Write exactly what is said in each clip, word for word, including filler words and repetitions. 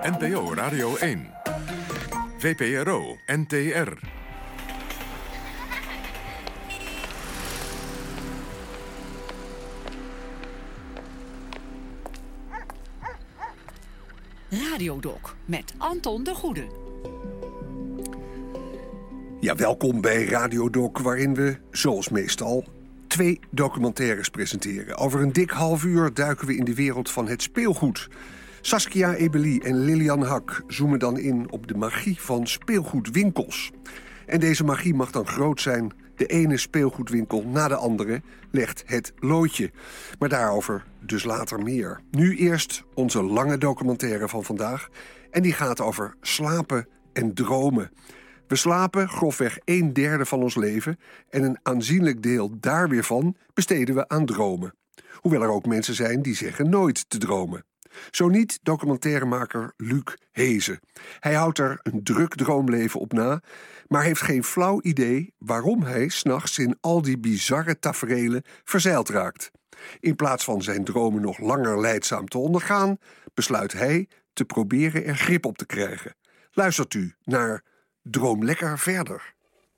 N P O Radio één. V P R O N T R. Radiodoc met Anton de Goede. Ja, welkom bij Radiodoc, waarin we, zoals meestal, twee documentaires presenteren. Over een dik half uur duiken we in de wereld van het speelgoed. Saskia Ebeli en Lilian Hak zoomen dan in op de magie van speelgoedwinkels. En deze magie mag dan groot zijn. De ene speelgoedwinkel na de andere legt het loodje. Maar daarover dus later meer. Nu eerst onze lange documentaire van vandaag. En die gaat over slapen en dromen. We slapen grofweg een derde van ons leven. En een aanzienlijk deel daar weer van besteden we aan dromen. Hoewel er ook mensen zijn die zeggen nooit te dromen. Zo niet documentairemaker Luc Hezen. Hij houdt er een druk droomleven op na, maar heeft geen flauw idee waarom hij 's nachts in al die bizarre taferelen verzeild raakt. In plaats van zijn dromen nog langer lijdzaam te ondergaan, besluit hij te proberen er grip op te krijgen. Luistert u naar Droom Lekker Verder.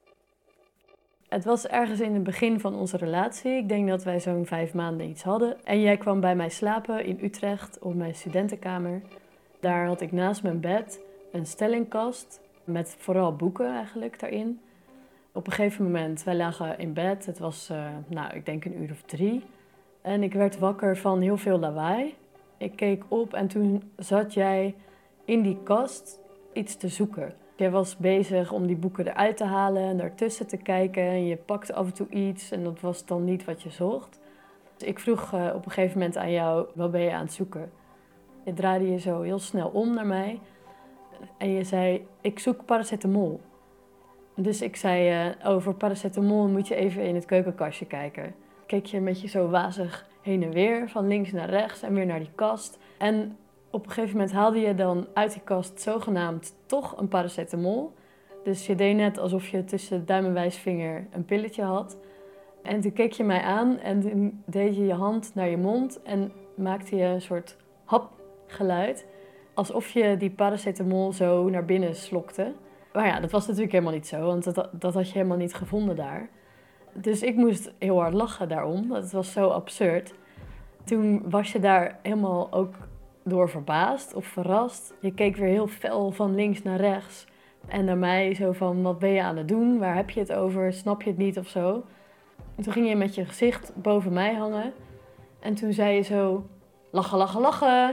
Het was ergens in het begin van onze relatie. Ik denk dat wij zo'n vijf maanden iets hadden. En jij kwam bij mij slapen in Utrecht op mijn studentenkamer. Daar had ik naast mijn bed een stellingkast met vooral boeken eigenlijk daarin. Op een gegeven moment, wij lagen in bed. Het was, uh, nou, ik denk een uur of drie. En ik werd wakker van heel veel lawaai. Ik keek op en toen zat jij in die kast iets te zoeken. Jij was bezig om die boeken eruit te halen en ertussen te kijken. En je pakte af en toe iets en dat was dan niet wat je zocht. Dus ik vroeg uh, op een gegeven moment aan jou, wat ben je aan het zoeken? Je draaide je zo heel snel om naar mij. En je zei, ik zoek paracetamol. Dus ik zei, uh, over paracetamol moet je even in het keukenkastje kijken. Keek je met je zo wazig heen en weer, van links naar rechts en weer naar die kast. En op een gegeven moment haalde je dan uit die kast zogenaamd toch een paracetamol. Dus je deed net alsof je tussen duim en wijsvinger een pilletje had. En toen keek je mij aan en toen deed je je hand naar je mond en maakte je een soort hapgeluid. Alsof je die paracetamol zo naar binnen slokte. Maar ja, dat was natuurlijk helemaal niet zo, want dat, dat had je helemaal niet gevonden daar. Dus ik moest heel hard lachen daarom, dat het was zo absurd. Toen was je daar helemaal ook door verbaasd of verrast. Je keek weer heel fel van links naar rechts. En naar mij zo van, wat ben je aan het doen? Waar heb je het over? Snap je het niet of zo? En toen ging je met je gezicht boven mij hangen. En toen zei je zo, lachen, lachen, lachen.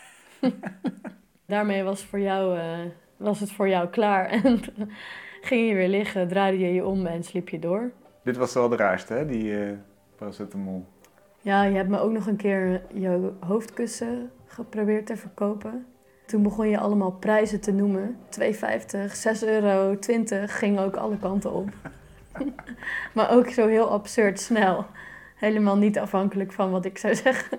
Daarmee was, voor jou, uh, was het voor jou klaar. En ging je weer liggen, draaide je je om en sliep je door. Dit was wel de raarste, hè, die uh, paracetamol. Ja, je hebt me ook nog een keer jouw hoofdkussen geprobeerd te verkopen. Toen begon je allemaal prijzen te noemen. twee vijftig, zes euro, twintig, ging ook alle kanten op. Maar ook zo heel absurd snel. Helemaal niet afhankelijk van wat ik zou zeggen.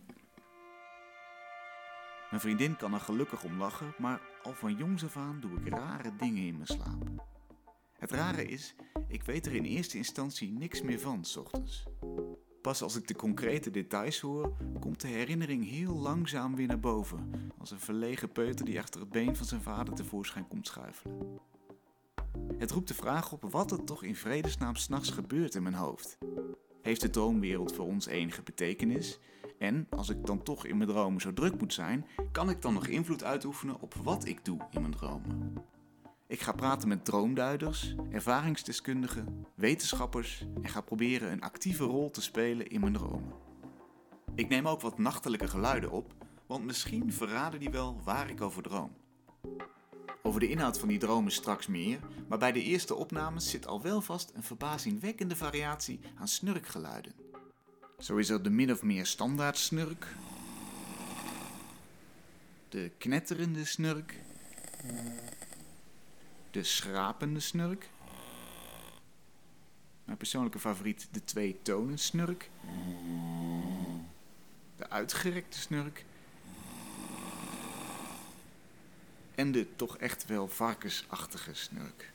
Mijn vriendin kan er gelukkig om lachen, maar al van jongs af aan doe ik rare dingen in mijn slaap. Het rare is, ik weet er in eerste instantie niks meer van 's ochtends. Pas als ik de concrete details hoor, komt de herinnering heel langzaam weer naar boven. Als een verlegen peuter die achter het been van zijn vader tevoorschijn komt schuifelen. Het roept de vraag op wat er toch in vredesnaam 's nachts gebeurt in mijn hoofd. Heeft de droomwereld voor ons enige betekenis? En als ik dan toch in mijn dromen zo druk moet zijn, kan ik dan nog invloed uitoefenen op wat ik doe in mijn dromen? Ik ga praten met droomduiders, ervaringsdeskundigen, wetenschappers en ga proberen een actieve rol te spelen in mijn dromen. Ik neem ook wat nachtelijke geluiden op, want misschien verraden die wel waar ik over droom. Over de inhoud van die dromen straks meer, maar bij de eerste opnames zit al wel vast een verbazingwekkende variatie aan snurkgeluiden. Zo is er de min of meer standaard snurk, de knetterende snurk, de schrapende snurk, mijn persoonlijke favoriet de twee tonen snurk, de uitgerekte snurk en de toch echt wel varkensachtige snurk.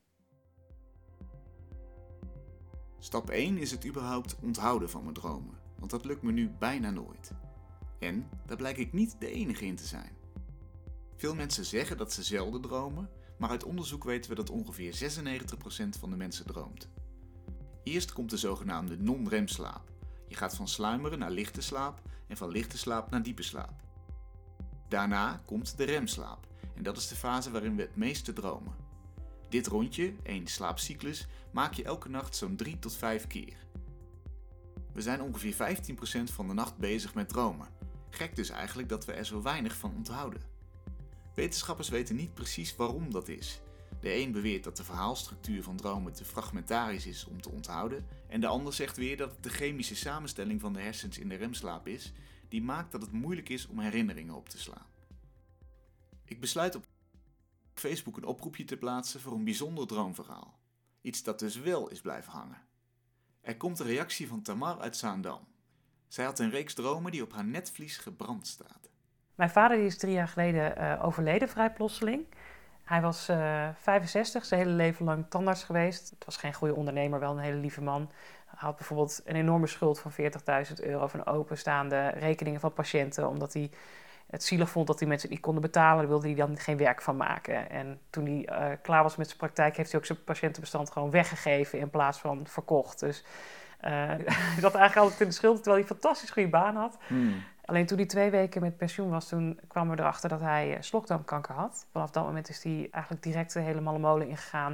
Stap één is het überhaupt onthouden van mijn dromen. want dat lukt me nu bijna nooit. En daar blijk ik niet de enige in te zijn. Veel mensen zeggen dat ze zelden dromen, maar uit onderzoek weten we dat ongeveer zesennegentig procent van de mensen droomt. Eerst komt de zogenaamde non-remslaap. Je gaat van sluimeren naar lichte slaap en van lichte slaap naar diepe slaap. Daarna komt de remslaap en dat is de fase waarin we het meeste dromen. Dit rondje, één slaapcyclus, maak je elke nacht zo'n drie tot vijf keer. We zijn ongeveer vijftien procent van de nacht bezig met dromen. Gek dus eigenlijk dat we er zo weinig van onthouden. Wetenschappers weten niet precies waarom dat is. De een beweert dat de verhaalstructuur van dromen te fragmentarisch is om te onthouden en de ander zegt weer dat het de chemische samenstelling van de hersens in de remslaap is die maakt dat het moeilijk is om herinneringen op te slaan. Ik besluit op Facebook een oproepje te plaatsen voor een bijzonder droomverhaal. Iets dat dus wel is blijven hangen. Er komt een reactie van Tamar uit Zaandam. Zij had een reeks dromen die op haar netvlies gebrand staat. Mijn vader die is drie jaar geleden uh, overleden, vrij plotseling. Hij was uh, vijfenzestig, zijn hele leven lang tandarts geweest. Het was geen goede ondernemer, wel een hele lieve man. Hij had bijvoorbeeld een enorme schuld van veertigduizend euro van openstaande rekeningen van patiënten, omdat hij het zielig vond dat die mensen niet konden betalen. Daar wilde hij dan geen werk van maken. En toen hij uh, klaar was met zijn praktijk, heeft hij ook zijn patiëntenbestand gewoon weggegeven in plaats van verkocht. Dus uh, hij zat eigenlijk altijd in de schuld, terwijl hij een fantastisch goede baan had. Hmm. Alleen toen hij twee weken met pensioen was, toen kwamen we erachter dat hij uh, slokdarmkanker had. Vanaf dat moment is hij eigenlijk direct de hele malle molen ingegaan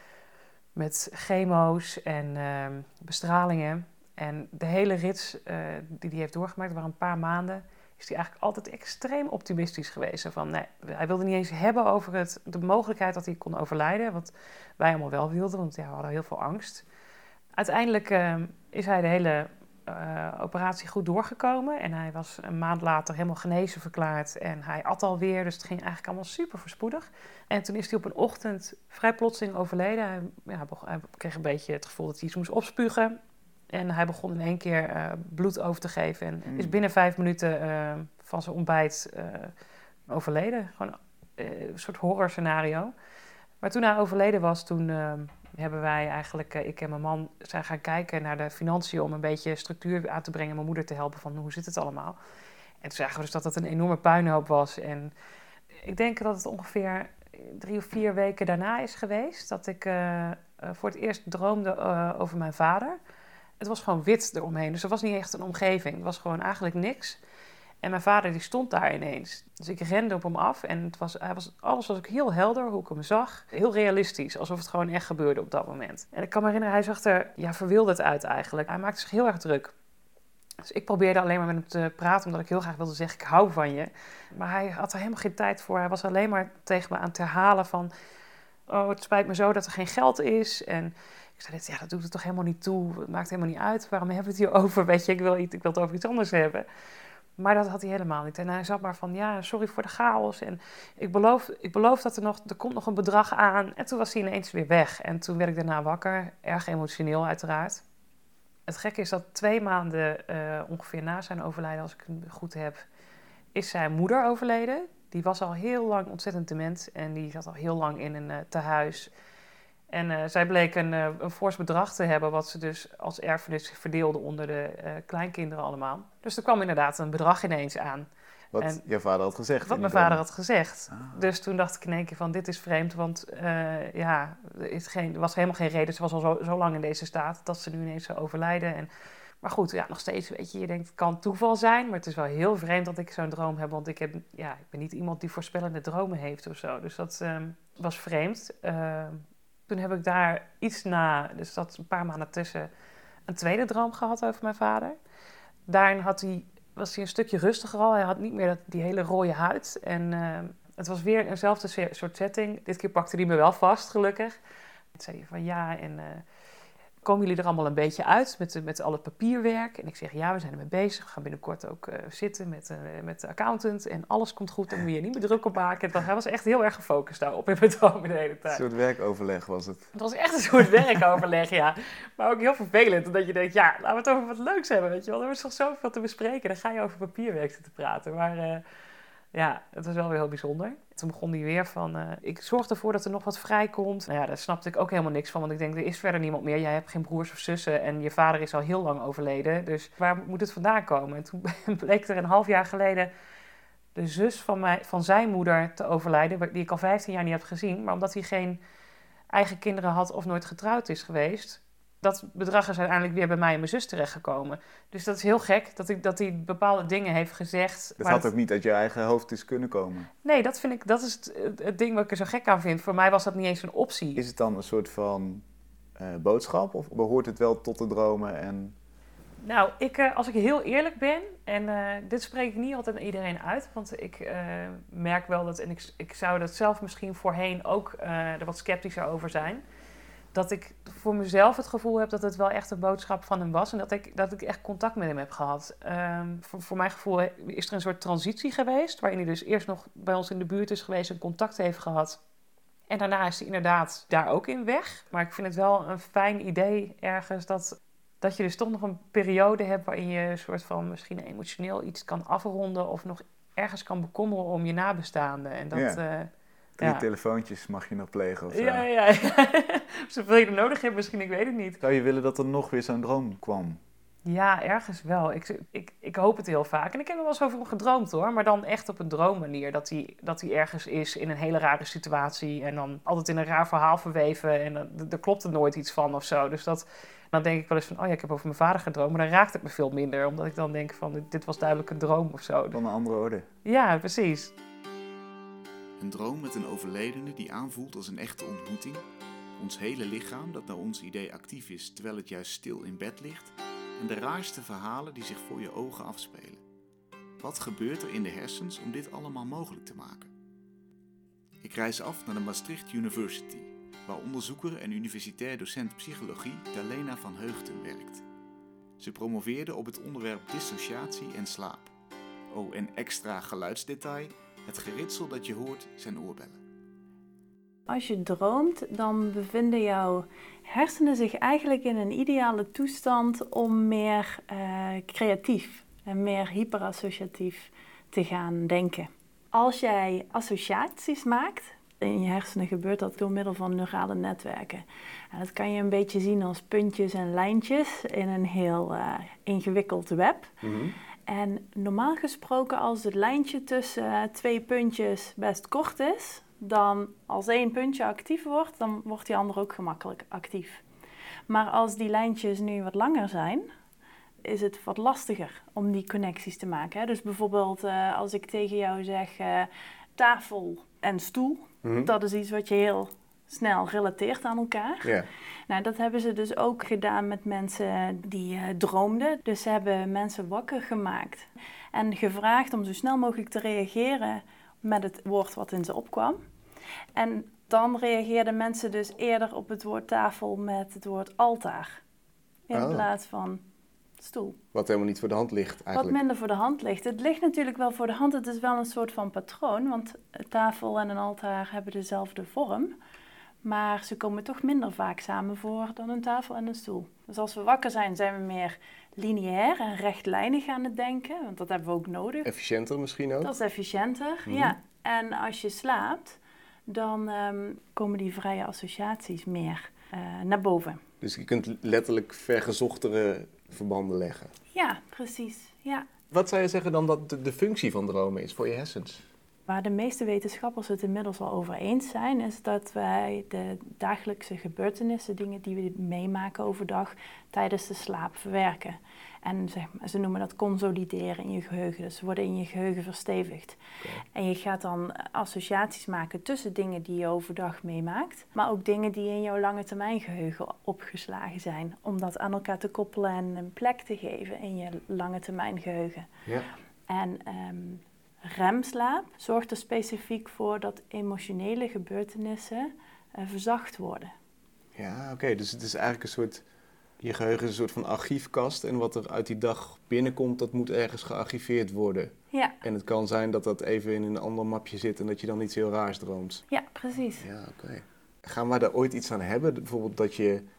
met chemo's en uh, bestralingen. En de hele rits uh, die hij heeft doorgemaakt, dat waren een paar maanden, is hij eigenlijk altijd extreem optimistisch geweest. Van, nee, hij wilde niet eens hebben over het, de mogelijkheid dat hij kon overlijden, wat wij allemaal wel wilden, want ja, we hadden heel veel angst. Uiteindelijk uh, is hij de hele uh, operatie goed doorgekomen en hij was een maand later helemaal genezen verklaard en hij at alweer, dus het ging eigenlijk allemaal super voorspoedig. En toen is hij op een ochtend vrij plotseling overleden. Hij, ja, hij kreeg een beetje het gevoel dat hij iets moest opspugen. En hij begon in één keer uh, bloed over te geven. En mm. is binnen vijf minuten uh, van zijn ontbijt uh, overleden. Gewoon uh, een soort horrorscenario. Maar toen hij overleden was, toen uh, hebben wij eigenlijk, uh, ik en mijn man, zijn gaan kijken naar de financiën om een beetje structuur aan te brengen en mijn moeder te helpen van hoe zit het allemaal. En toen zagen we dus dat het een enorme puinhoop was. En ik denk dat het ongeveer drie of vier weken daarna is geweest dat ik uh, uh, voor het eerst droomde uh, over mijn vader. Het was gewoon wit eromheen, dus er was niet echt een omgeving. Het was gewoon eigenlijk niks. En mijn vader die stond daar ineens. Dus ik rende op hem af en het was, hij was, alles was ook heel helder, hoe ik hem zag. Heel realistisch, alsof het gewoon echt gebeurde op dat moment. En ik kan me herinneren, hij zag er ja, verwilderd uit eigenlijk. Hij maakte zich heel erg druk. Dus ik probeerde alleen maar met hem te praten, omdat ik heel graag wilde zeggen, ik hou van je. Maar hij had er helemaal geen tijd voor. Hij was alleen maar tegen me aan het herhalen van, oh, het spijt me zo dat er geen geld is. En ik zei, ja, dat doet het toch helemaal niet toe. Het maakt helemaal niet uit. Waarom hebben we het hier over? Weet je, ik wil, iets, ik wil het over iets anders hebben. Maar dat had hij helemaal niet. En hij zat maar van, ja, sorry voor de chaos. En ik beloof, ik beloof dat er nog, er komt nog een bedrag aan. En toen was hij ineens weer weg. En toen werd ik daarna wakker. Erg emotioneel uiteraard. Het gekke is dat twee maanden uh, ongeveer na zijn overlijden, als ik het goed heb, is zijn moeder overleden. Die was al heel lang ontzettend dement. En die zat al heel lang in een uh, tehuis. En uh, zij bleek een, uh, een fors bedrag te hebben, wat ze dus als erfenis verdeelde onder de uh, kleinkinderen allemaal. Dus er kwam inderdaad een bedrag ineens aan. Wat en jouw vader had gezegd. Wat mijn vader had gezegd. Ah. Dus toen dacht ik in één keer van, dit is vreemd, want uh, ja, er, is geen, er was helemaal geen reden. Ze was al zo, zo lang in deze staat dat ze nu ineens zou overlijden. En, maar goed, ja, nog steeds, weet je, je denkt, het kan toeval zijn, maar het is wel heel vreemd dat ik zo'n droom heb, want ik, heb, ja, ik ben niet iemand die voorspellende dromen heeft of zo. Dus dat um, was vreemd. Uh, Toen heb ik daar iets na, dus dat een paar maanden tussen, een tweede droom gehad over mijn vader. Daarin had hij, was hij een stukje rustiger al. Hij had niet meer dat, die hele rode huid. En uh, het was weer eenzelfde soort setting. Dit keer pakte hij me wel vast, gelukkig. Toen zei hij van ja, en uh, komen jullie er allemaal een beetje uit met, met al het papierwerk? En ik zeg ja, we zijn ermee bezig. We gaan binnenkort ook uh, zitten met, uh, met de accountant. En alles komt goed, dan moet je je niet meer druk op maken. Want hij was echt heel erg gefocust daarop in mijn dromen de hele tijd. Een soort werkoverleg was het. Het was echt een soort werkoverleg, ja. Maar ook heel vervelend, omdat je denkt, ja, laten we het over wat leuks hebben, weet je wel. Er is toch zoveel te bespreken, dan ga je over papierwerk zitten praten. Maar uh, Ja, het was wel weer heel bijzonder. Toen begon hij weer van, uh, ik zorg ervoor dat er nog wat vrijkomt. Nou ja, daar snapte ik ook helemaal niks van, want ik denk, er is verder niemand meer. Jij hebt geen broers of zussen en je vader is al heel lang overleden. Dus waar moet het vandaan komen? En toen bleek er een half jaar geleden de zus van, mij, van zijn moeder te overlijden, die ik al vijftien jaar niet heb gezien. Maar omdat hij geen eigen kinderen had of nooit getrouwd is geweest, dat bedrag is uiteindelijk weer bij mij en mijn zus terechtgekomen. Dus dat is heel gek dat hij dat hij bepaalde dingen heeft gezegd. Dat had dat... ook niet uit je eigen hoofd eens kunnen komen. Nee, dat vind ik, dat is het, het ding wat ik er zo gek aan vind. Voor mij was dat niet eens een optie. Is het dan een soort van uh, boodschap of behoort het wel tot de dromen? En... Nou, ik, uh, als ik heel eerlijk ben, en uh, dit spreek ik niet altijd aan iedereen uit, want ik uh, merk wel dat, en ik, ik zou dat zelf misschien voorheen ook uh, er wat sceptischer over zijn, dat ik voor mezelf het gevoel heb dat het wel echt een boodschap van hem was en dat ik, dat ik echt contact met hem heb gehad. Um, voor, voor mijn gevoel is er een soort transitie geweest, waarin hij dus eerst nog bij ons in de buurt is geweest en contact heeft gehad. En daarna is hij inderdaad daar ook in weg. Maar ik vind het wel een fijn idee ergens dat, dat je dus toch nog een periode hebt waarin je een soort van misschien emotioneel iets kan afronden of nog ergens kan bekommeren om je nabestaanden. En dat... Ja. Uh, Drie ja. telefoontjes mag je nog plegen of zo. Ja, ja, ja. Zoveel je er nodig hebt misschien, ik weet het niet. Zou je willen dat er nog weer zo'n droom kwam? Ja, ergens wel. Ik, ik, ik hoop het heel vaak. En ik heb er wel eens over hem gedroomd hoor. Maar dan echt op een droommanier. Dat hij, dat hij ergens is in een hele rare situatie. En dan altijd in een raar verhaal verweven. En dan, er klopt er nooit iets van of zo. Dus dat, dan denk ik wel eens van, oh ja, ik heb over mijn vader gedroomd. Maar dan raakt het me veel minder. Omdat ik dan denk van, dit was duidelijk een droom of zo. Van een andere orde. Ja, precies. Een droom met een overledene die aanvoelt als een echte ontmoeting. Ons hele lichaam dat naar ons idee actief is terwijl het juist stil in bed ligt. En de raarste verhalen die zich voor je ogen afspelen. Wat gebeurt er in de hersens om dit allemaal mogelijk te maken? Ik reis af naar de Maastricht University, waar onderzoeker en universitair docent psychologie Dalena van Heugten werkt. Ze promoveerde op het onderwerp dissociatie en slaap. Oh, en extra geluidsdetail, het geritsel dat je hoort zijn oorbellen. Als je droomt, dan bevinden jouw hersenen zich eigenlijk in een ideale toestand om meer uh, creatief en meer hyperassociatief te gaan denken. Als jij associaties maakt, in je hersenen gebeurt dat door middel van neurale netwerken. En dat kan je een beetje zien als puntjes en lijntjes in een heel uh, ingewikkeld web. Mm-hmm. En normaal gesproken, als het lijntje tussen uh, twee puntjes best kort is, dan als één puntje actief wordt, dan wordt die ander ook gemakkelijk actief. Maar als die lijntjes nu wat langer zijn, is het wat lastiger om die connecties te maken. Hè? Dus bijvoorbeeld uh, als ik tegen jou zeg uh, tafel en stoel, mm-hmm. dat is iets wat je heel snel relateert aan elkaar. Yeah. Nou, dat hebben ze dus ook gedaan met mensen die uh, droomden. Dus ze hebben mensen wakker gemaakt en gevraagd om zo snel mogelijk te reageren met het woord wat in ze opkwam. En dan reageerden mensen dus eerder op het woord tafel met het woord altaar. In oh. plaats van stoel. Wat helemaal niet voor de hand ligt eigenlijk. Wat minder voor de hand ligt. Het ligt natuurlijk wel voor de hand. Het is wel een soort van patroon. Want een tafel en een altaar hebben dezelfde vorm. Maar ze komen toch minder vaak samen voor dan een tafel en een stoel. Dus als we wakker zijn, zijn we meer lineair en rechtlijnig aan het denken. Want dat hebben we ook nodig. Efficiënter misschien ook? Dat is efficiënter, mm-hmm. ja. En als je slaapt, dan um, komen die vrije associaties meer uh, naar boven. Dus je kunt letterlijk vergezochtere verbanden leggen? Ja, precies, ja. Wat zou je zeggen dan dat de, de functie van dromen is voor je hersens? Waar de meeste wetenschappers het inmiddels al over eens zijn, is dat wij de dagelijkse gebeurtenissen, dingen die we meemaken overdag, tijdens de slaap verwerken. En zeg maar, ze noemen dat consolideren in je geheugen, dus ze worden in je geheugen verstevigd. Okay. En je gaat dan associaties maken tussen dingen die je overdag meemaakt, maar ook dingen die in jouw lange termijn geheugen opgeslagen zijn, om dat aan elkaar te koppelen en een plek te geven in je lange termijn geheugen. Ja. En um, remslaap zorgt er specifiek voor dat emotionele gebeurtenissen uh, verzacht worden. Ja, oké. Okay. Dus het is eigenlijk een soort... Je geheugen is een soort van archiefkast en wat er uit die dag binnenkomt, dat moet ergens gearchiveerd worden. Ja. En het kan zijn dat dat even in een ander mapje zit en dat je dan iets heel raars droomt. Ja, precies. Ja, oké. Okay. Gaan we daar ooit iets aan hebben? Bijvoorbeeld dat je...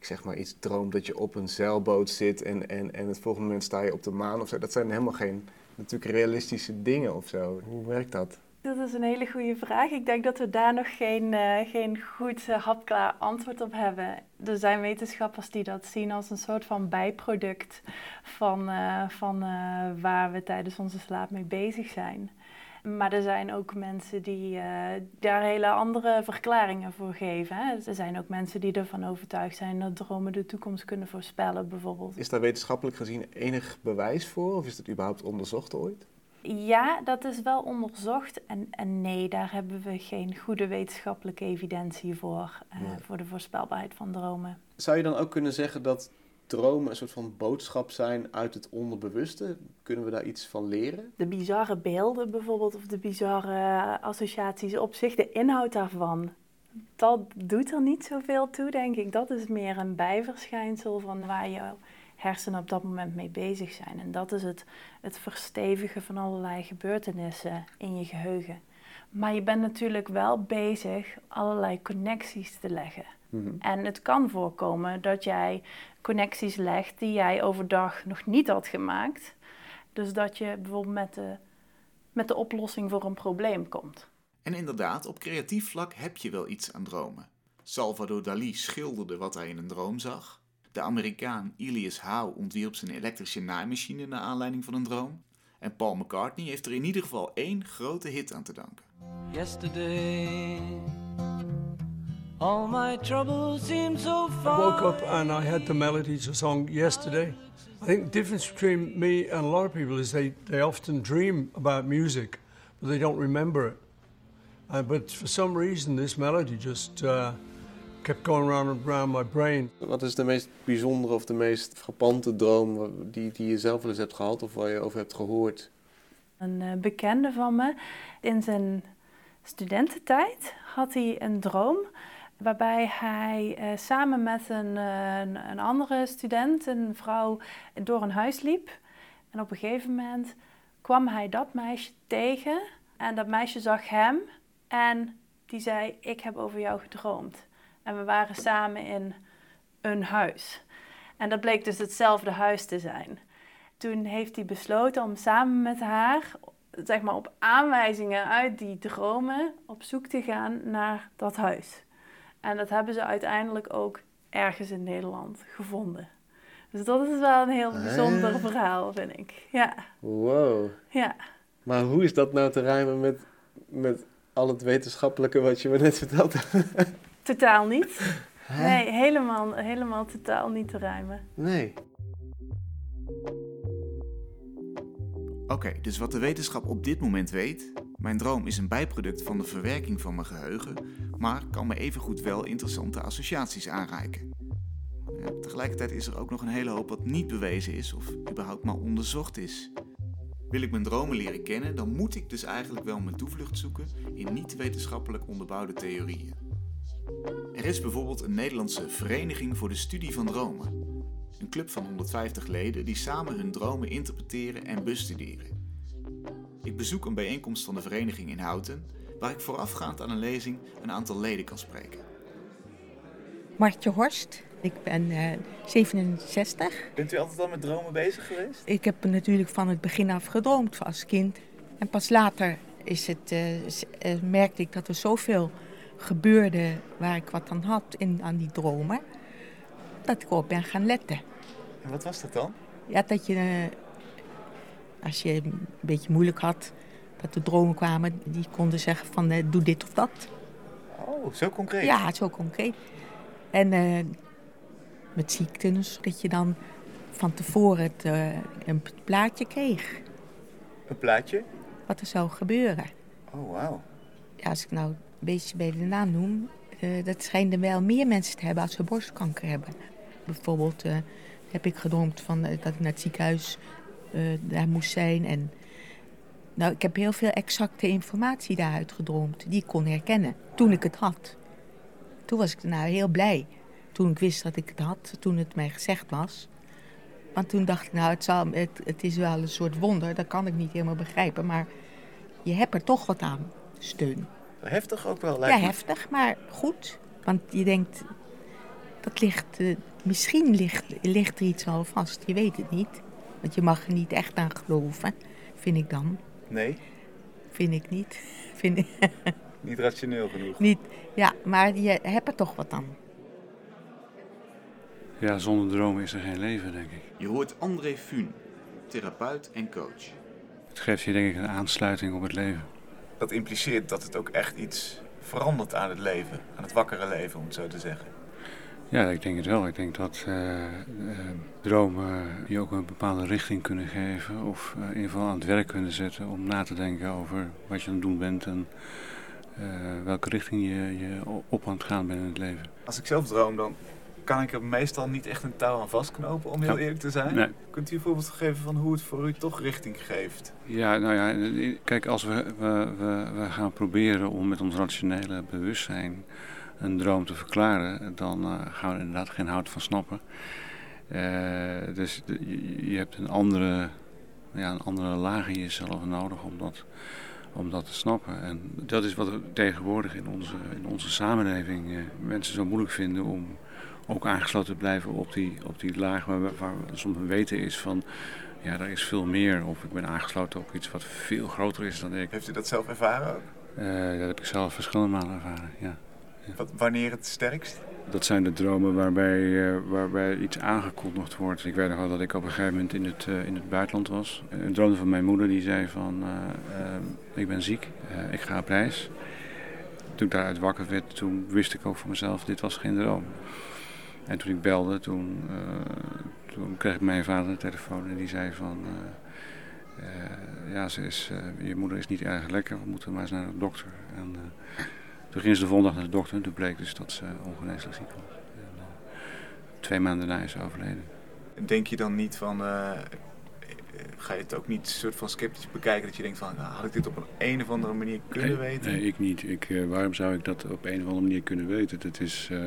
ik zeg maar iets, droomt dat je op een zeilboot zit en, en, en het volgende moment sta je op de maan of zo. Dat zijn helemaal geen natuurlijk realistische dingen of zo. Hoe werkt dat? Dat is een hele goede vraag. Ik denk dat we daar nog geen, uh, geen goed uh, hapklaar antwoord op hebben. Er zijn wetenschappers die dat zien als een soort van bijproduct van, uh, van uh, waar we tijdens onze slaap mee bezig zijn. Maar er zijn ook mensen die uh, daar hele andere verklaringen voor geven. Hè. Er zijn ook mensen die ervan overtuigd zijn dat dromen de toekomst kunnen voorspellen, bijvoorbeeld. Is daar wetenschappelijk gezien enig bewijs voor? Of is dat überhaupt onderzocht ooit? Ja, dat is wel onderzocht. En, en nee, daar hebben we geen goede wetenschappelijke evidentie voor. Uh, nee. Voor de voorspelbaarheid van dromen. Zou je dan ook kunnen zeggen dat dromen een soort van boodschap zijn uit het onderbewuste? Kunnen we daar iets van leren? De bizarre beelden bijvoorbeeld, of de bizarre associaties op zich, de inhoud daarvan, dat doet er niet zoveel toe, denk ik. Dat is meer een bijverschijnsel van waar je hersenen op dat moment mee bezig zijn. En dat is het, het verstevigen van allerlei gebeurtenissen in je geheugen. Maar je bent natuurlijk wel bezig allerlei connecties te leggen. Mm-hmm. En het kan voorkomen dat jij connecties legt die jij overdag nog niet had gemaakt. Dus dat je bijvoorbeeld met de, met de oplossing voor een probleem komt. En inderdaad, op creatief vlak heb je wel iets aan dromen. Salvador Dalí schilderde wat hij in een droom zag. De Amerikaan Elias Howe ontwierp zijn elektrische naaimachine naar aanleiding van een droom. En Paul McCartney heeft er in ieder geval één grote hit aan te danken. Yesterday, all my troubles seem so far. I woke up and I had the melody to the song Yesterday. I think the difference between me and a lot of people is they, they often dream about music, but they don't remember it. Uh, but for some reason this melody just uh, kept going round and round my brain. Wat is de meest bijzondere of de meest frappante droom die, die je zelf wel eens hebt gehad of waar je over hebt gehoord? Een uh, bekende van me, in zijn studententijd had hij een droom waarbij hij uh, samen met een, uh, een andere student, een vrouw, door een huis liep. En op een gegeven moment kwam hij dat meisje tegen en dat meisje zag hem en die zei, ik heb over jou gedroomd. En we waren samen in een huis. En dat bleek dus hetzelfde huis te zijn. Toen heeft hij besloten om samen met haar, zeg maar op aanwijzingen uit die dromen, op zoek te gaan naar dat huis. En dat hebben ze uiteindelijk ook ergens in Nederland gevonden. Dus dat is wel een heel bijzonder eh? verhaal, vind ik. Ja. Wow. Ja. Maar hoe is dat nou te rijmen met, met al het wetenschappelijke wat je me net verteld hebt? Totaal niet. Hè? Nee, helemaal, helemaal totaal niet te rijmen. Nee. Oké, okay, dus wat de wetenschap op dit moment weet, mijn droom is een bijproduct van de verwerking van mijn geheugen, maar kan me evengoed wel interessante associaties aanreiken. Ja, tegelijkertijd is er ook nog een hele hoop wat niet bewezen is of überhaupt maar onderzocht is. Wil ik mijn dromen leren kennen, dan moet ik dus eigenlijk wel mijn toevlucht zoeken in niet-wetenschappelijk onderbouwde theorieën. Er is bijvoorbeeld een Nederlandse vereniging voor de studie van dromen. Een club van honderdvijftig leden die samen hun dromen interpreteren en bestuderen. Ik bezoek een bijeenkomst van de vereniging in Houten, waar ik voorafgaand aan een lezing een aantal leden kan spreken. Martje Horst, ik ben uh, zevenenzestig. Bent u altijd al met dromen bezig geweest? Ik heb natuurlijk van het begin af gedroomd als kind. En pas later is het, uh, uh, merkte ik dat er zoveel gebeurde waar ik wat aan had in, aan die dromen, dat ik erop ben gaan letten. En wat was dat dan? Ja, dat je, uh, als je een beetje moeilijk had, dat er dromen kwamen die konden zeggen van uh, doe dit of dat. Oh, zo concreet? Ja, zo concreet. En uh, met ziektes, dat je dan van tevoren het, uh, een plaatje kreeg. Een plaatje? Wat er zou gebeuren. Oh, wauw. Ja, als ik nou een beetje bij de naam noem, uh, dat schijnen wel meer mensen te hebben als ze borstkanker hebben. Bijvoorbeeld uh, heb ik gedroomd van, uh, dat ik naar het ziekenhuis uh, daar moest zijn. En, nou, ik heb heel veel exacte informatie daaruit gedroomd, die ik kon herkennen toen ik het had. Toen was ik nou heel blij, toen ik wist dat ik het had, toen het mij gezegd was. Want toen dacht ik, nou, het, zal, het, het is wel een soort wonder, dat kan ik niet helemaal begrijpen, maar je hebt er toch wat aan, steun. Heftig ook wel, lijkt me. Ja, heftig, maar goed. Want je denkt, dat ligt uh, Misschien ligt, ligt er iets al vast, je weet het niet. Want je mag er niet echt aan geloven, vind ik dan. Nee? Vind ik niet. Vind ik Niet rationeel genoeg? niet, ja, maar je hebt er toch wat aan. Ja, zonder dromen is er geen leven, denk ik. Je hoort André Fuhn, therapeut en coach. Het geeft je denk ik een aansluiting op het leven. Dat impliceert dat het ook echt iets verandert aan het leven, aan het wakkere leven, om het zo te zeggen. Ja, ik denk het wel. Ik denk dat uh, uh, dromen je ook een bepaalde richting kunnen geven. Of uh, in ieder geval aan het werk kunnen zetten om na te denken over wat je aan het doen bent. En uh, welke richting je, je op aan het gaan bent in het leven. Als ik zelf droom, dan kan ik er meestal niet echt een touw aan vastknopen, om heel Ja. eerlijk te zijn. Nee. Kunt u een voorbeeld geven van hoe het voor u toch richting geeft? Ja, nou ja, kijk, als we, we, we, we gaan proberen om met ons rationele bewustzijn een droom te verklaren, dan uh, gaan we er inderdaad geen hout van snappen. Uh, dus de, je, je hebt een andere, ja, een andere laag in jezelf nodig om dat, om dat te snappen. En dat is wat we tegenwoordig in onze, in onze samenleving uh, mensen zo moeilijk vinden om ook aangesloten te blijven op die, op die laag waar, we, waar soms een weten is van, ja, er is veel meer. Of ik ben aangesloten op iets wat veel groter is dan ik. Heeft u dat zelf ervaren ook? Uh, dat heb ik zelf verschillende malen ervaren, ja. Ja. Wat, wanneer het sterkst? Dat zijn de dromen waarbij, uh, waarbij iets aangekondigd wordt. Ik weet nog wel dat ik op een gegeven moment in het, uh, in het buitenland was. Een droom van mijn moeder die zei van, uh, uh, ik ben ziek, uh, ik ga op reis. Toen ik daaruit wakker werd, toen wist ik ook voor mezelf, dit was geen droom. En toen ik belde, toen, uh, toen kreeg ik mijn vader een telefoon en die zei van, uh, uh, ja, ze is, uh, je moeder is niet erg lekker, we moeten maar eens naar de dokter. En, uh, Toen ging ze de volgende dag naar de dokter en toen bleek dus dat ze ongeneeslijk ziek was. En, uh, twee maanden daarna is ze overleden. Denk je dan niet van, uh, ga je het ook niet soort van sceptisch bekijken dat je denkt van, nou, had ik dit op een, een of andere manier kunnen nee, weten? Nee, ik niet. Ik, uh, waarom zou ik dat op een of andere manier kunnen weten? Dat is, uh,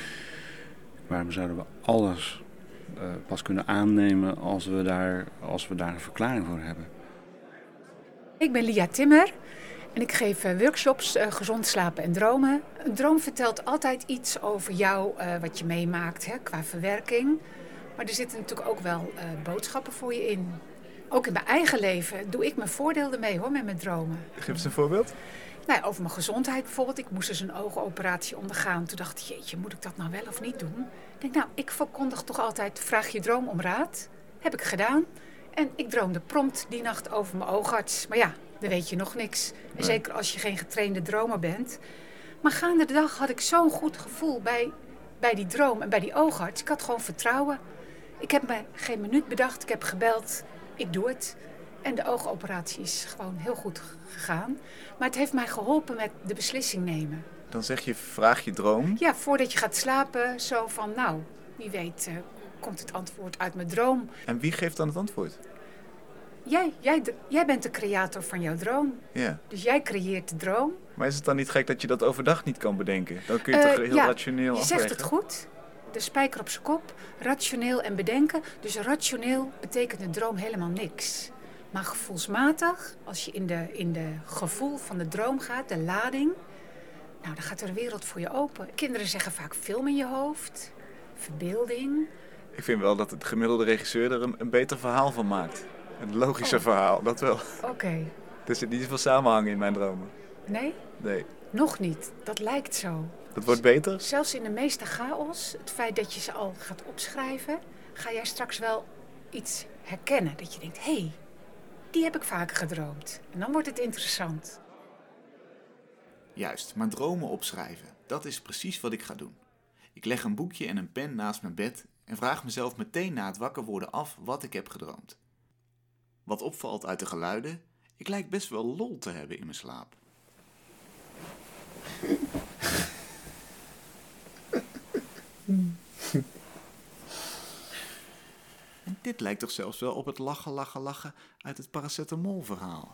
waarom zouden we alles uh, pas kunnen aannemen als we, daar, als we daar een verklaring voor hebben? Ik ben Lia Timmer. En ik geef uh, workshops uh, gezond slapen en dromen. Een droom vertelt altijd iets over jou, uh, wat je meemaakt, hè, qua verwerking. Maar er zitten natuurlijk ook wel uh, boodschappen voor je in. Ook in mijn eigen leven doe ik mijn voordeel ermee hoor, met mijn dromen. Geef eens een voorbeeld. Nou, over mijn gezondheid bijvoorbeeld. Ik moest dus een oogoperatie ondergaan. Toen dacht ik, jeetje, moet ik dat nou wel of niet doen? Ik denk, nou, ik verkondig toch altijd, vraag je droom om raad. Heb ik gedaan. En ik droomde prompt die nacht over mijn oogarts. Maar ja, dan weet je nog niks. En Nee. zeker als je geen getrainde dromer bent. Maar gaande de dag had ik zo'n goed gevoel bij, bij die droom en bij die oogarts. Ik had gewoon vertrouwen. Ik heb me geen minuut bedacht. Ik heb gebeld. Ik doe het. En de oogoperatie is gewoon heel goed gegaan. Maar het heeft mij geholpen met de beslissing nemen. Dan zeg je, vraag je droom. Ja, voordat je gaat slapen, zo van, nou, wie weet uh, komt het antwoord uit mijn droom. En wie geeft dan het antwoord? Jij, jij, jij bent de creator van jouw droom. Ja. Dus jij creëert de droom. Maar is het dan niet gek dat je dat overdag niet kan bedenken? Dan kun je Uh, toch heel ja, rationeel je afwegen? zegt het goed. De spijker op zijn kop. Rationeel en bedenken. Dus rationeel betekent een droom helemaal niks. Maar gevoelsmatig, als je in de, in de gevoel van de droom gaat, de lading, nou, dan gaat er een wereld voor je open. Kinderen zeggen vaak film in je hoofd, verbeelding. Ik vind wel dat het gemiddelde regisseur er een, een beter verhaal van maakt. Een logischer Oh. verhaal, dat wel. Oké. Okay. Er zit niet zoveel samenhang in mijn dromen. Nee? Nee. Nog niet. Dat lijkt zo. Dat wordt beter? Zelfs in de meeste chaos, het feit dat je ze al gaat opschrijven, ga jij straks wel iets herkennen. Dat je denkt, hé, hey, die heb ik vaker gedroomd. En dan wordt het interessant. Juist, maar dromen opschrijven, dat is precies wat ik ga doen. Ik leg een boekje en een pen naast mijn bed en vraag mezelf meteen na het wakker worden af wat ik heb gedroomd. Wat opvalt uit de geluiden, ik lijk best wel lol te hebben in mijn slaap. En dit lijkt toch zelfs wel op het lachen, lachen, lachen uit het paracetamolverhaal.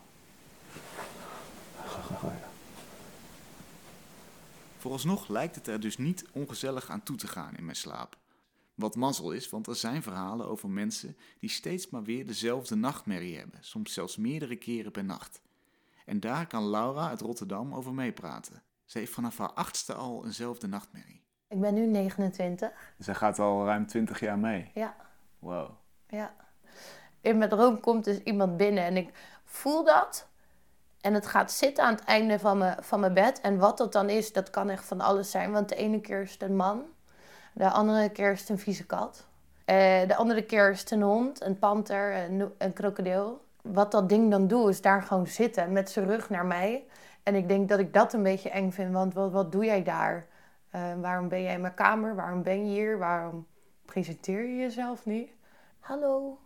Vooralsnog lijkt het er dus niet ongezellig aan toe te gaan in mijn slaap. Wat mazzel is, want er zijn verhalen over mensen die steeds maar weer dezelfde nachtmerrie hebben, soms zelfs meerdere keren per nacht. En daar kan Laura uit Rotterdam over meepraten. Ze heeft vanaf haar achtste al eenzelfde nachtmerrie. Ik ben nu negenentwintig. Dus hij gaat al ruim twintig jaar mee? Ja. Wow. Ja. In mijn droom komt dus iemand binnen en ik voel dat. En het gaat zitten aan het einde van mijn, van mijn bed. En wat dat dan is, dat kan echt van alles zijn. Want de ene keer is het een man. De andere keer is het een vieze kat. Uh, de andere keer is het een hond, een panter, een, een krokodil. Wat dat ding dan doet, is daar gewoon zitten met zijn rug naar mij. En ik denk dat ik dat een beetje eng vind. Want wat, wat doe jij daar? Uh, waarom ben jij in mijn kamer? Waarom ben je hier? Waarom presenteer je jezelf niet? Hallo.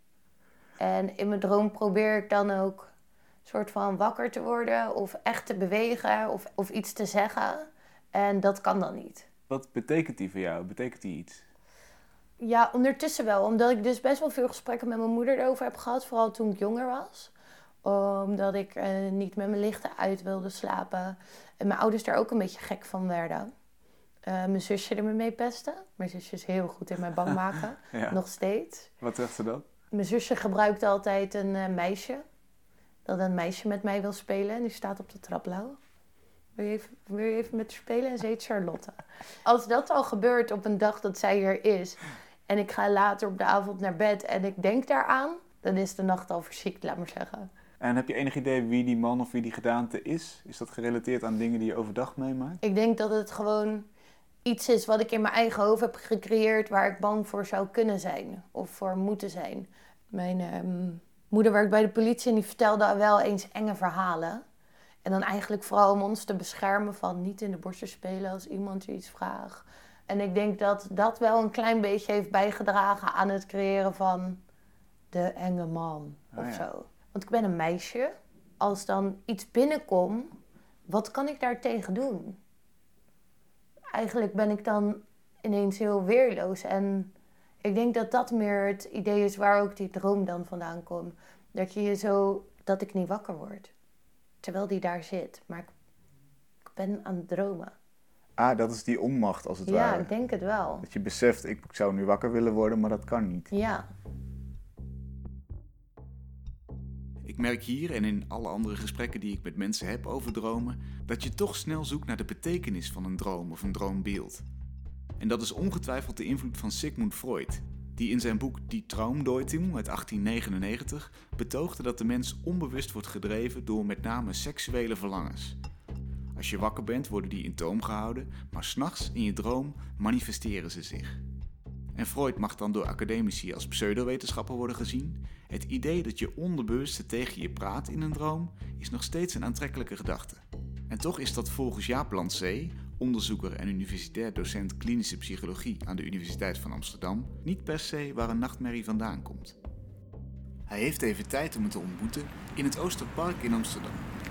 En in mijn droom probeer ik dan ook een soort van wakker te worden. Of echt te bewegen of, of iets te zeggen. En dat kan dan niet. Wat betekent die voor jou? Betekent die iets? Ja, ondertussen wel. Omdat ik dus best wel veel gesprekken met mijn moeder erover heb gehad. Vooral toen ik jonger was. Omdat ik uh, niet met mijn lichten uit wilde slapen. En mijn ouders daar ook een beetje gek van werden. Uh, mijn zusje er me mee pesten. Mijn zusje is heel goed in mij bang maken. Ja. Nog steeds. Wat zegt ze dan? Mijn zusje gebruikt altijd een uh, meisje. Dat een meisje met mij wil spelen. En die staat op de trap lauw. Wil je, even, wil je even met haar spelen? En ze heet Charlotte. Als dat al gebeurt op een dag dat zij er is... en ik ga later op de avond naar bed en ik denk daaraan... dan is de nacht al verziekt, laat maar zeggen. En heb je enig idee wie die man of wie die gedaante is? Is dat gerelateerd aan dingen die je overdag meemaakt? Ik denk dat het gewoon iets is wat ik in mijn eigen hoofd heb gecreëerd... waar ik bang voor zou kunnen zijn of voor moeten zijn. Mijn um, moeder werkt bij de politie en die vertelde wel eens enge verhalen... En dan eigenlijk vooral om ons te beschermen van niet in de borst te spelen als iemand je iets vraagt. En ik denk dat dat wel een klein beetje heeft bijgedragen aan het creëren van de enge man of oh ja. zo. Want ik ben een meisje. Als dan iets binnenkomt, wat kan ik daar tegen doen? Eigenlijk ben ik dan ineens heel weerloos. En ik denk dat dat meer het idee is waar ook die droom dan vandaan komt. Dat je je zo, dat ik niet wakker word. Terwijl die daar zit. Maar ik, ik ben aan het dromen. Ah, dat is die onmacht als het ja, ware. Ja, ik denk het wel. Dat je beseft, ik zou nu wakker willen worden, maar dat kan niet. Ja. Ik merk hier en in alle andere gesprekken die ik met mensen heb over dromen... dat je toch snel zoekt naar de betekenis van een droom of een droombeeld. En dat is ongetwijfeld de invloed van Sigmund Freud... die in zijn boek Die Traumdeutung uit achttien negenennegentig betoogde dat de mens onbewust wordt gedreven door met name seksuele verlangens. Als je wakker bent worden die in toom gehouden, maar 's nachts in je droom manifesteren ze zich. En Freud mag dan door academici als pseudowetenschapper worden gezien. Het idee dat je onderbewuste tegen je praat in een droom is nog steeds een aantrekkelijke gedachte. En toch is dat volgens Jaap Lantzee, onderzoeker en universitair docent klinische psychologie aan de Universiteit van Amsterdam, niet per se waar een nachtmerrie vandaan komt. Hij heeft even tijd om het te ontmoeten in het Oosterpark in Amsterdam.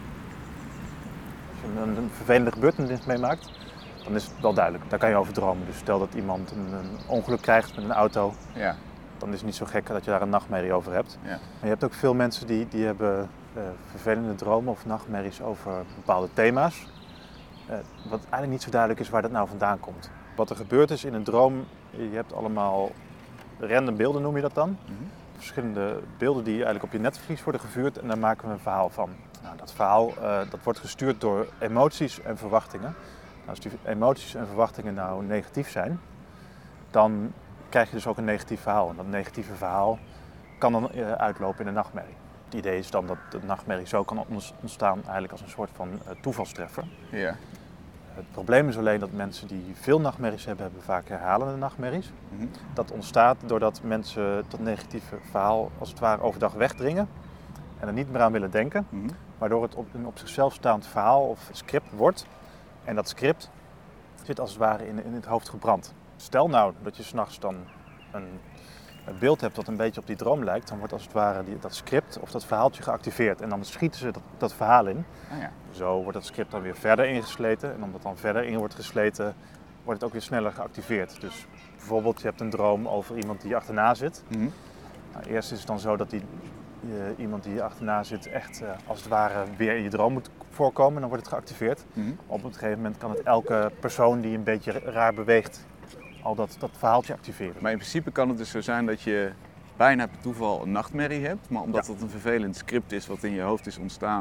Als je een, een vervelende gebeurtenis meemaakt, dan is het wel duidelijk. Daar kan je over dromen. Dus stel dat iemand een, een ongeluk krijgt met een auto, ja. dan is het niet zo gek dat je daar een nachtmerrie over hebt. Ja. Maar je hebt ook veel mensen die, die hebben uh, vervelende dromen of nachtmerries over bepaalde thema's. Uh, wat eigenlijk niet zo duidelijk is waar dat nou vandaan komt. Wat er gebeurt is in een droom, je hebt allemaal random beelden, noem je dat dan. Mm-hmm. Verschillende beelden die eigenlijk op je netvlies worden gevuurd en daar maken we een verhaal van. Nou, dat verhaal uh, dat wordt gestuurd door emoties en verwachtingen. Nou, als die emoties en verwachtingen nou negatief zijn, dan krijg je dus ook een negatief verhaal. En dat negatieve verhaal kan dan uh, uitlopen in een nachtmerrie. Het idee is dan dat de nachtmerrie zo kan ontstaan eigenlijk als een soort van uh, toevalstreffer. Ja. Het probleem is alleen dat mensen die veel nachtmerries hebben, hebben vaak herhalende nachtmerries. Mm-hmm. Dat ontstaat doordat mensen dat negatieve verhaal als het ware overdag wegdringen en er niet meer aan willen denken. Mm-hmm. Waardoor het op, een op zichzelf staand verhaal of script wordt. En dat script zit als het ware in, in het hoofd gebrand. Stel nou dat je 's nachts dan een, een beeld hebt dat een beetje op die droom lijkt, dan wordt als het ware die, dat script of dat verhaaltje geactiveerd. En dan schieten ze dat, dat verhaal in. Ah, ja. Zo wordt dat script dan weer verder ingesleten. En omdat dan verder in wordt gesleten, wordt het ook weer sneller geactiveerd. Dus bijvoorbeeld je hebt een droom over iemand die je achterna zit. Mm-hmm. Nou, eerst is het dan zo dat die, je, iemand die je achterna zit echt uh, als het ware weer in je droom moet voorkomen. Dan wordt het geactiveerd. Mm-hmm. Op een gegeven moment kan het elke persoon die een beetje raar beweegt al dat, dat verhaaltje activeren. Maar in principe kan het dus zo zijn dat je bijna per toeval een nachtmerrie hebt. Maar omdat ja. het een vervelend script is wat in je hoofd is ontstaan,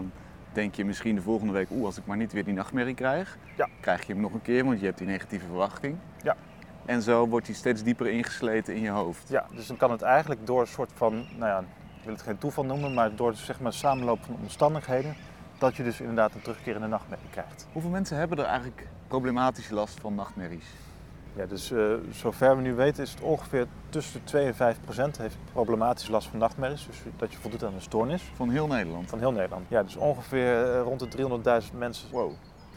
denk je misschien de volgende week, oeh, als ik maar niet weer die nachtmerrie krijg, ja. krijg je hem nog een keer, want je hebt die negatieve verwachting. Ja. En zo wordt hij steeds dieper ingesleten in je hoofd. Ja, dus dan kan het eigenlijk door een soort van, nou ja, ik wil het geen toeval noemen, maar door zeg maar samenloop van omstandigheden, dat je dus inderdaad een terugkerende nachtmerrie krijgt. Hoeveel mensen hebben er eigenlijk problematische last van nachtmerries? Ja, dus uh, zover we nu weten is het ongeveer tussen de twee en vijf procent heeft problematische last van nachtmerries. Dus dat je voldoet aan een stoornis. Van heel Nederland? Van heel Nederland. Ja, dus ongeveer uh, rond de driehonderdduizend mensen. Wow.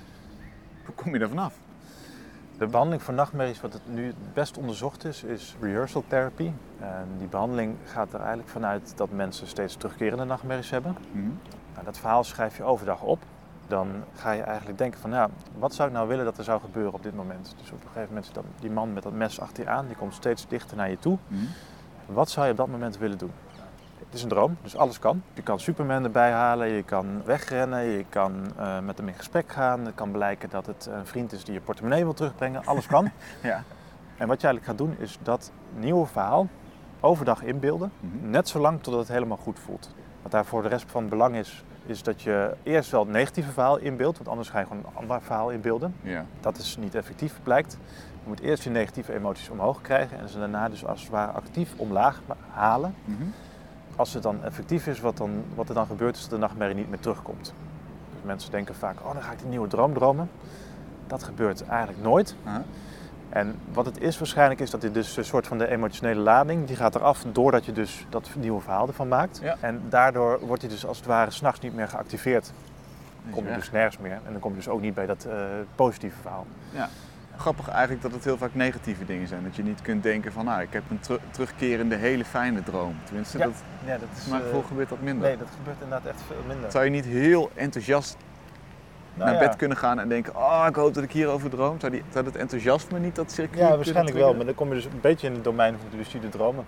Hoe kom je daar vanaf? De behandeling voor nachtmerries, wat het nu het best onderzocht is, is rehearsal therapy. En die behandeling gaat er eigenlijk vanuit dat mensen steeds terugkerende nachtmerries hebben. Mm-hmm. Nou, dat verhaal schrijf je overdag op. Dan ga je eigenlijk denken van, ja, wat zou ik nou willen dat er zou gebeuren op dit moment? Dus op een gegeven moment, dan, die man met dat mes achter je aan, die komt steeds dichter naar je toe. Mm-hmm. Wat zou je op dat moment willen doen? Het is een droom, dus alles kan. Je kan Superman erbij halen, je kan wegrennen, je kan uh, met hem in gesprek gaan. Het kan blijken dat het een vriend is die je portemonnee wil terugbrengen. Alles kan. Ja. En wat je eigenlijk gaat doen, is dat nieuwe verhaal overdag inbeelden. Mm-hmm. Net zolang totdat het helemaal goed voelt. Wat daar voor de rest van belang is, is dat je eerst wel het negatieve verhaal inbeeldt, want anders ga je gewoon een ander verhaal inbeelden. Ja. Dat is niet effectief, blijkt. Je moet eerst je negatieve emoties omhoog krijgen en ze daarna dus als het ware actief omlaag halen. Mm-hmm. Als het dan effectief is, wat, dan, wat er dan gebeurt, is dat de nachtmerrie niet meer terugkomt. Dus mensen denken vaak, oh, dan ga ik een nieuwe droom dromen. Dat gebeurt eigenlijk nooit. Uh-huh. En wat het is waarschijnlijk is dat dit dus een soort van de emotionele lading, die gaat eraf doordat je dus dat nieuwe verhaal ervan maakt. Ja. En daardoor wordt hij dus als het ware 's nachts niet meer geactiveerd. Dan kom je dus nergens meer en dan kom je dus ook niet bij dat uh, positieve verhaal. Ja. Grappig eigenlijk dat het heel vaak negatieve dingen zijn. Dat je niet kunt denken van, nou, ik heb een ter- terugkerende hele fijne droom. Tenminste, ja. dat, ja, dat is, maar uh, gevoel gebeurt dat minder. Nee, dat gebeurt inderdaad echt veel minder. Zou je niet heel enthousiast nou, naar ja. bed kunnen gaan en denken, oh, ik hoop dat ik hierover droom? Zou, die, zou dat enthousiasme niet dat circuit Ja, waarschijnlijk wel, maar dan kom je dus een beetje in het domein van de lucide dromen.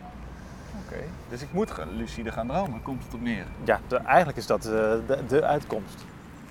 Oké, okay. Dus ik moet gaan, lucide gaan dromen, komt het op neer? Ja, de, eigenlijk is dat uh, de, de uitkomst.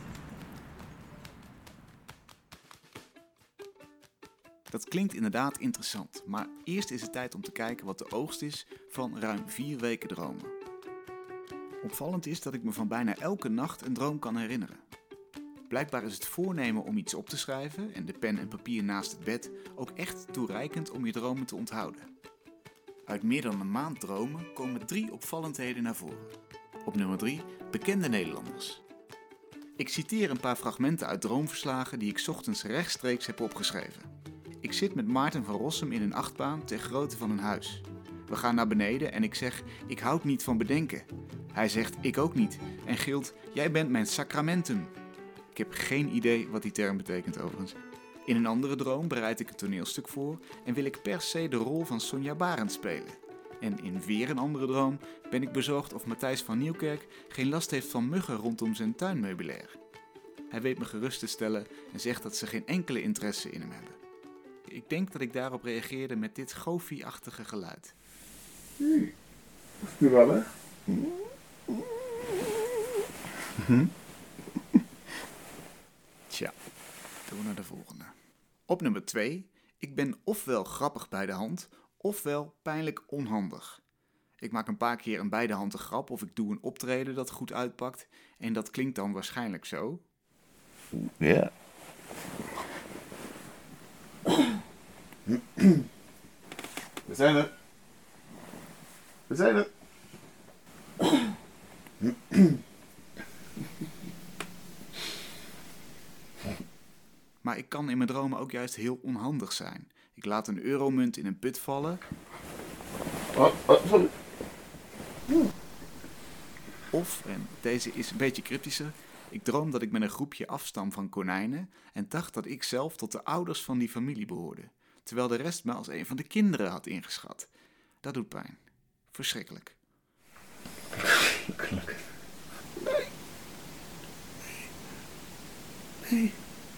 Dat klinkt inderdaad interessant, maar eerst is het tijd om te kijken wat de oogst is van ruim vier weken dromen. Opvallend is dat ik me van bijna elke nacht een droom kan herinneren. Blijkbaar is het voornemen om iets op te schrijven en de pen en papier naast het bed ook echt toereikend om je dromen te onthouden. Uit meer dan een maand dromen komen drie opvallendheden naar voren. Op nummer drie, bekende Nederlanders. Ik citeer een paar fragmenten uit droomverslagen die ik 's ochtends rechtstreeks heb opgeschreven. Ik zit met Maarten van Rossum in een achtbaan ter grootte van een huis. We gaan naar beneden en ik zeg, ik houd niet van bedenken. Hij zegt, ik ook niet en gilt, jij bent mijn sacramentum. Ik heb geen idee wat die term betekent overigens. In een andere droom bereid ik een toneelstuk voor en wil ik per se de rol van Sonja Barend spelen. En in weer een andere droom ben ik bezorgd of Matthijs van Nieuwkerk geen last heeft van muggen rondom zijn tuinmeubilair. Hij weet me gerust te stellen en zegt dat ze geen enkele interesse in hem hebben. Ik denk dat ik daarop reageerde met dit goofy-achtige geluid. Hey, dat is nu wel, hè? Tja, doen we naar de volgende. Op nummer twee. Ik ben ofwel grappig bij de hand, ofwel pijnlijk onhandig. Ik maak een paar keer een bij de hand een grap of ik doe een optreden dat goed uitpakt. En dat klinkt dan waarschijnlijk zo. Ja. Yeah. We zijn er. We zijn er. Maar ik kan in mijn dromen ook juist heel onhandig zijn. Ik laat een euromunt in een put vallen. Oh, oh, sorry. Of, en deze is een beetje cryptischer, ik droom dat ik met een groepje afstam van konijnen en dacht dat ik zelf tot de ouders van die familie behoorde, terwijl de rest me als een van de kinderen had ingeschat. Dat doet pijn. Verschrikkelijk. Verschrikkelijk. Nee. Nee.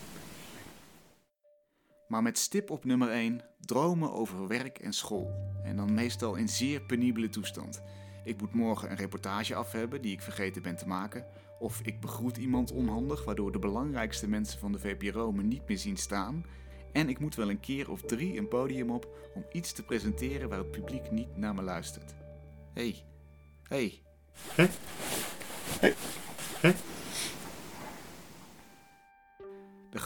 Maar met stip op nummer één, dromen over werk en school. En dan meestal in zeer penibele toestand. Ik moet morgen een reportage af hebben die ik vergeten ben te maken. Of ik begroet iemand onhandig, waardoor de belangrijkste mensen van de V P R O me niet meer zien staan. En ik moet wel een keer of drie een podium op om iets te presenteren waar het publiek niet naar me luistert. Hé, hey. hé. Hey. Hé. Hé.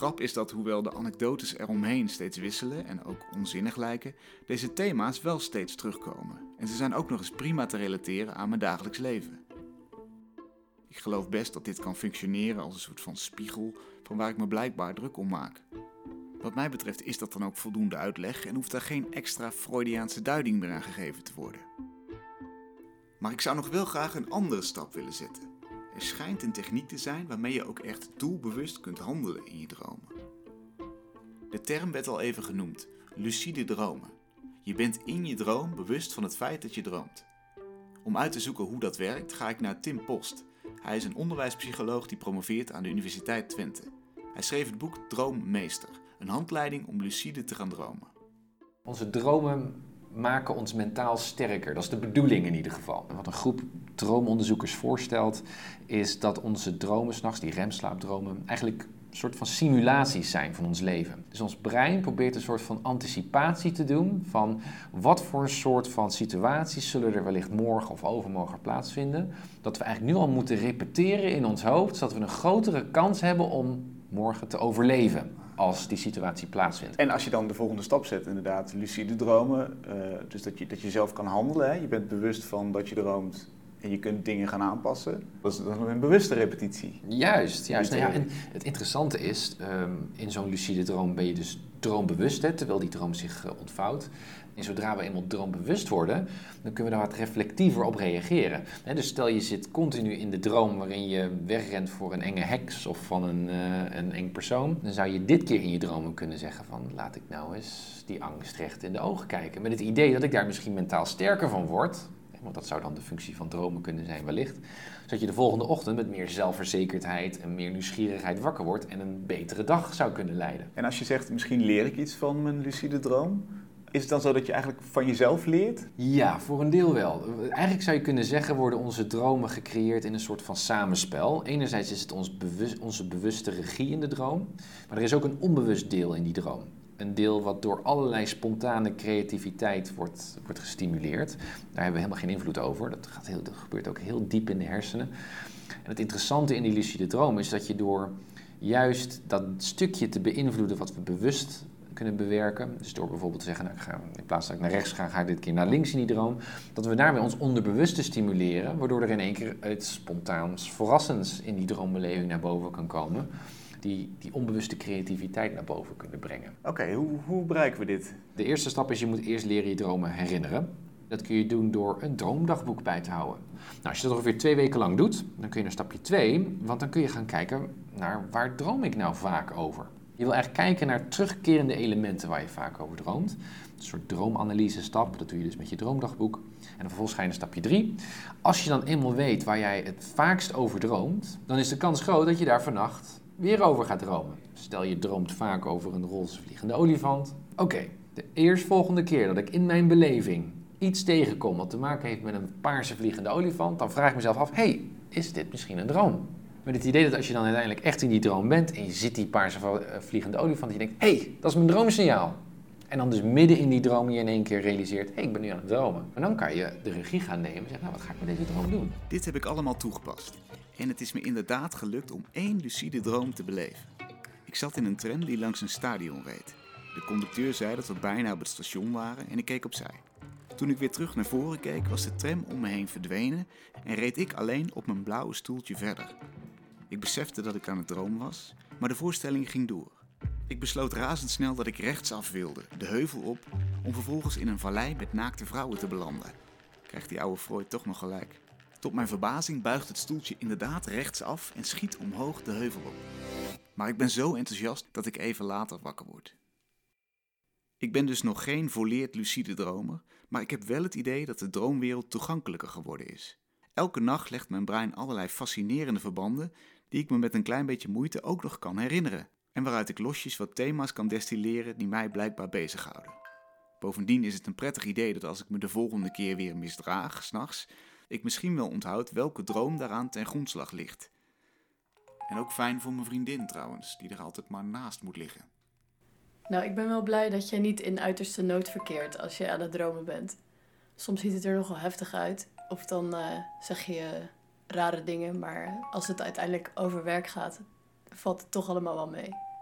grap is dat hoewel de anekdotes eromheen steeds wisselen en ook onzinnig lijken, deze thema's wel steeds terugkomen. En ze zijn ook nog eens prima te relateren aan mijn dagelijks leven. Ik geloof best dat dit kan functioneren als een soort van spiegel van waar ik me blijkbaar druk om maak. Wat mij betreft is dat dan ook voldoende uitleg en hoeft daar geen extra Freudiaanse duiding meer aan gegeven te worden. Maar ik zou nog wel graag een andere stap willen zetten. Er schijnt een techniek te zijn waarmee je ook echt doelbewust kunt handelen in je dromen. De term werd al even genoemd, lucide dromen. Je bent in je droom bewust van het feit dat je droomt. Om uit te zoeken hoe dat werkt ga ik naar Tim Post. Hij is een onderwijspsycholoog die promoveert aan de Universiteit Twente. Hij schreef het boek Droommeester, een handleiding om lucide te gaan dromen. Onze dromen maken ons mentaal sterker. Dat is de bedoeling in ieder geval. En wat een groep droomonderzoekers voorstelt, is dat onze dromen 's nachts, die remslaapdromen, eigenlijk een soort van simulaties zijn van ons leven. Dus ons brein probeert een soort van anticipatie te doen van wat voor een soort van situaties zullen er wellicht morgen of overmorgen plaatsvinden. Dat we eigenlijk nu al moeten repeteren in ons hoofd, zodat we een grotere kans hebben om morgen te overleven als die situatie plaatsvindt. En als je dan de volgende stap zet, inderdaad, lucide dromen, uh, dus dat je, dat je zelf kan handelen, hè? Je bent bewust van dat je droomt en je kunt dingen gaan aanpassen. Dat is dan een bewuste repetitie. Juist, juist. Nou ja, en het interessante is, um, in zo'n lucide droom ben je dus droombewust, hè, terwijl die droom zich uh, ontvouwt. En zodra we eenmaal droombewust worden, dan kunnen we daar wat reflectiever op reageren. He, dus stel je zit continu in de droom waarin je wegrent voor een enge heks of van een, uh, een eng persoon. Dan zou je dit keer in je dromen kunnen zeggen van laat ik nou eens die angst recht in de ogen kijken. Met het idee dat ik daar misschien mentaal sterker van word. Want dat zou dan de functie van dromen kunnen zijn wellicht. Zodat je de volgende ochtend met meer zelfverzekerdheid en meer nieuwsgierigheid wakker wordt en een betere dag zou kunnen leiden. En als je zegt misschien leer ik iets van mijn lucide droom, is het dan zo dat je eigenlijk van jezelf leert? Ja, voor een deel wel. Eigenlijk zou je kunnen zeggen worden onze dromen gecreëerd in een soort van samenspel. Enerzijds is het ons bewust, onze bewuste regie in de droom, maar er is ook een onbewust deel in die droom. Een deel wat door allerlei spontane creativiteit wordt, wordt gestimuleerd. Daar hebben we helemaal geen invloed over. Dat, gaat heel, dat gebeurt ook heel diep in de hersenen. En het interessante in die lucide droom is dat je door juist dat stukje te beïnvloeden wat we bewust kunnen bewerken. Dus door bijvoorbeeld te zeggen, nou, ik ga, in plaats dat ik naar rechts ga, ga ik dit keer naar links in die droom. Dat we daarmee ons onderbewuste stimuleren, waardoor er in één keer iets spontaans verrassends in die droombeleving naar boven kan komen. Die, die onbewuste creativiteit naar boven kunnen brengen. Oké, okay, hoe, hoe bereiken we dit? De eerste stap is je moet eerst leren je dromen herinneren. Dat kun je doen door een droomdagboek bij te houden. Nou, als je dat ongeveer twee weken lang doet, dan kun je naar stapje twee, want dan kun je gaan kijken naar waar droom ik nou vaak over. Je wil eigenlijk kijken naar terugkerende elementen waar je vaak over droomt. Een soort droomanalyse stap, dat doe je dus met je droomdagboek. En dan vervolgens ga je naar stapje drie. Als je dan eenmaal weet waar jij het vaakst over droomt, dan is de kans groot dat je daar vannacht weer over gaat dromen. Stel je droomt vaak over een roze vliegende olifant. Oké, okay, de eerstvolgende keer dat ik in mijn beleving iets tegenkom wat te maken heeft met een paarse vliegende olifant, dan vraag ik mezelf af, hey, is dit misschien een droom? Met het idee dat als je dan uiteindelijk echt in die droom bent en je ziet die paarse vliegende olifant, je denkt, hé, hey, dat is mijn droomsignaal. En dan dus midden in die droom je in één keer realiseert, hé, hey, ik ben nu aan het dromen. En dan kan je de regie gaan nemen en zeggen, nou, wat ga ik met deze droom doen? Dit heb ik allemaal toegepast. En het is me inderdaad gelukt om één lucide droom te beleven. Ik zat in een tram die langs een stadion reed. De conducteur zei dat we bijna op het station waren en ik keek opzij. Toen ik weer terug naar voren keek, was de tram om me heen verdwenen en reed ik alleen op mijn blauwe stoeltje verder. Ik besefte dat ik aan het dromen was, maar de voorstelling ging door. Ik besloot razendsnel dat ik rechtsaf wilde, de heuvel op, om vervolgens in een vallei met naakte vrouwen te belanden. Krijgt die oude Freud toch nog gelijk. Tot mijn verbazing buigt het stoeltje inderdaad rechtsaf en schiet omhoog de heuvel op. Maar ik ben zo enthousiast dat ik even later wakker word. Ik ben dus nog geen volleerd lucide dromer, maar ik heb wel het idee dat de droomwereld toegankelijker geworden is. Elke nacht legt mijn brein allerlei fascinerende verbanden die ik me met een klein beetje moeite ook nog kan herinneren. En waaruit ik losjes wat thema's kan destilleren die mij blijkbaar bezighouden. Bovendien is het een prettig idee dat als ik me de volgende keer weer misdraag, 's nachts, ik misschien wel onthoud welke droom daaraan ten grondslag ligt. En ook fijn voor mijn vriendin trouwens, die er altijd maar naast moet liggen. Nou, ik ben wel blij dat jij niet in uiterste nood verkeert als je aan het dromen bent. Soms ziet het er nogal heftig uit. Of dan uh, zeg je rare dingen, maar als het uiteindelijk over werk gaat, valt het toch allemaal wel mee.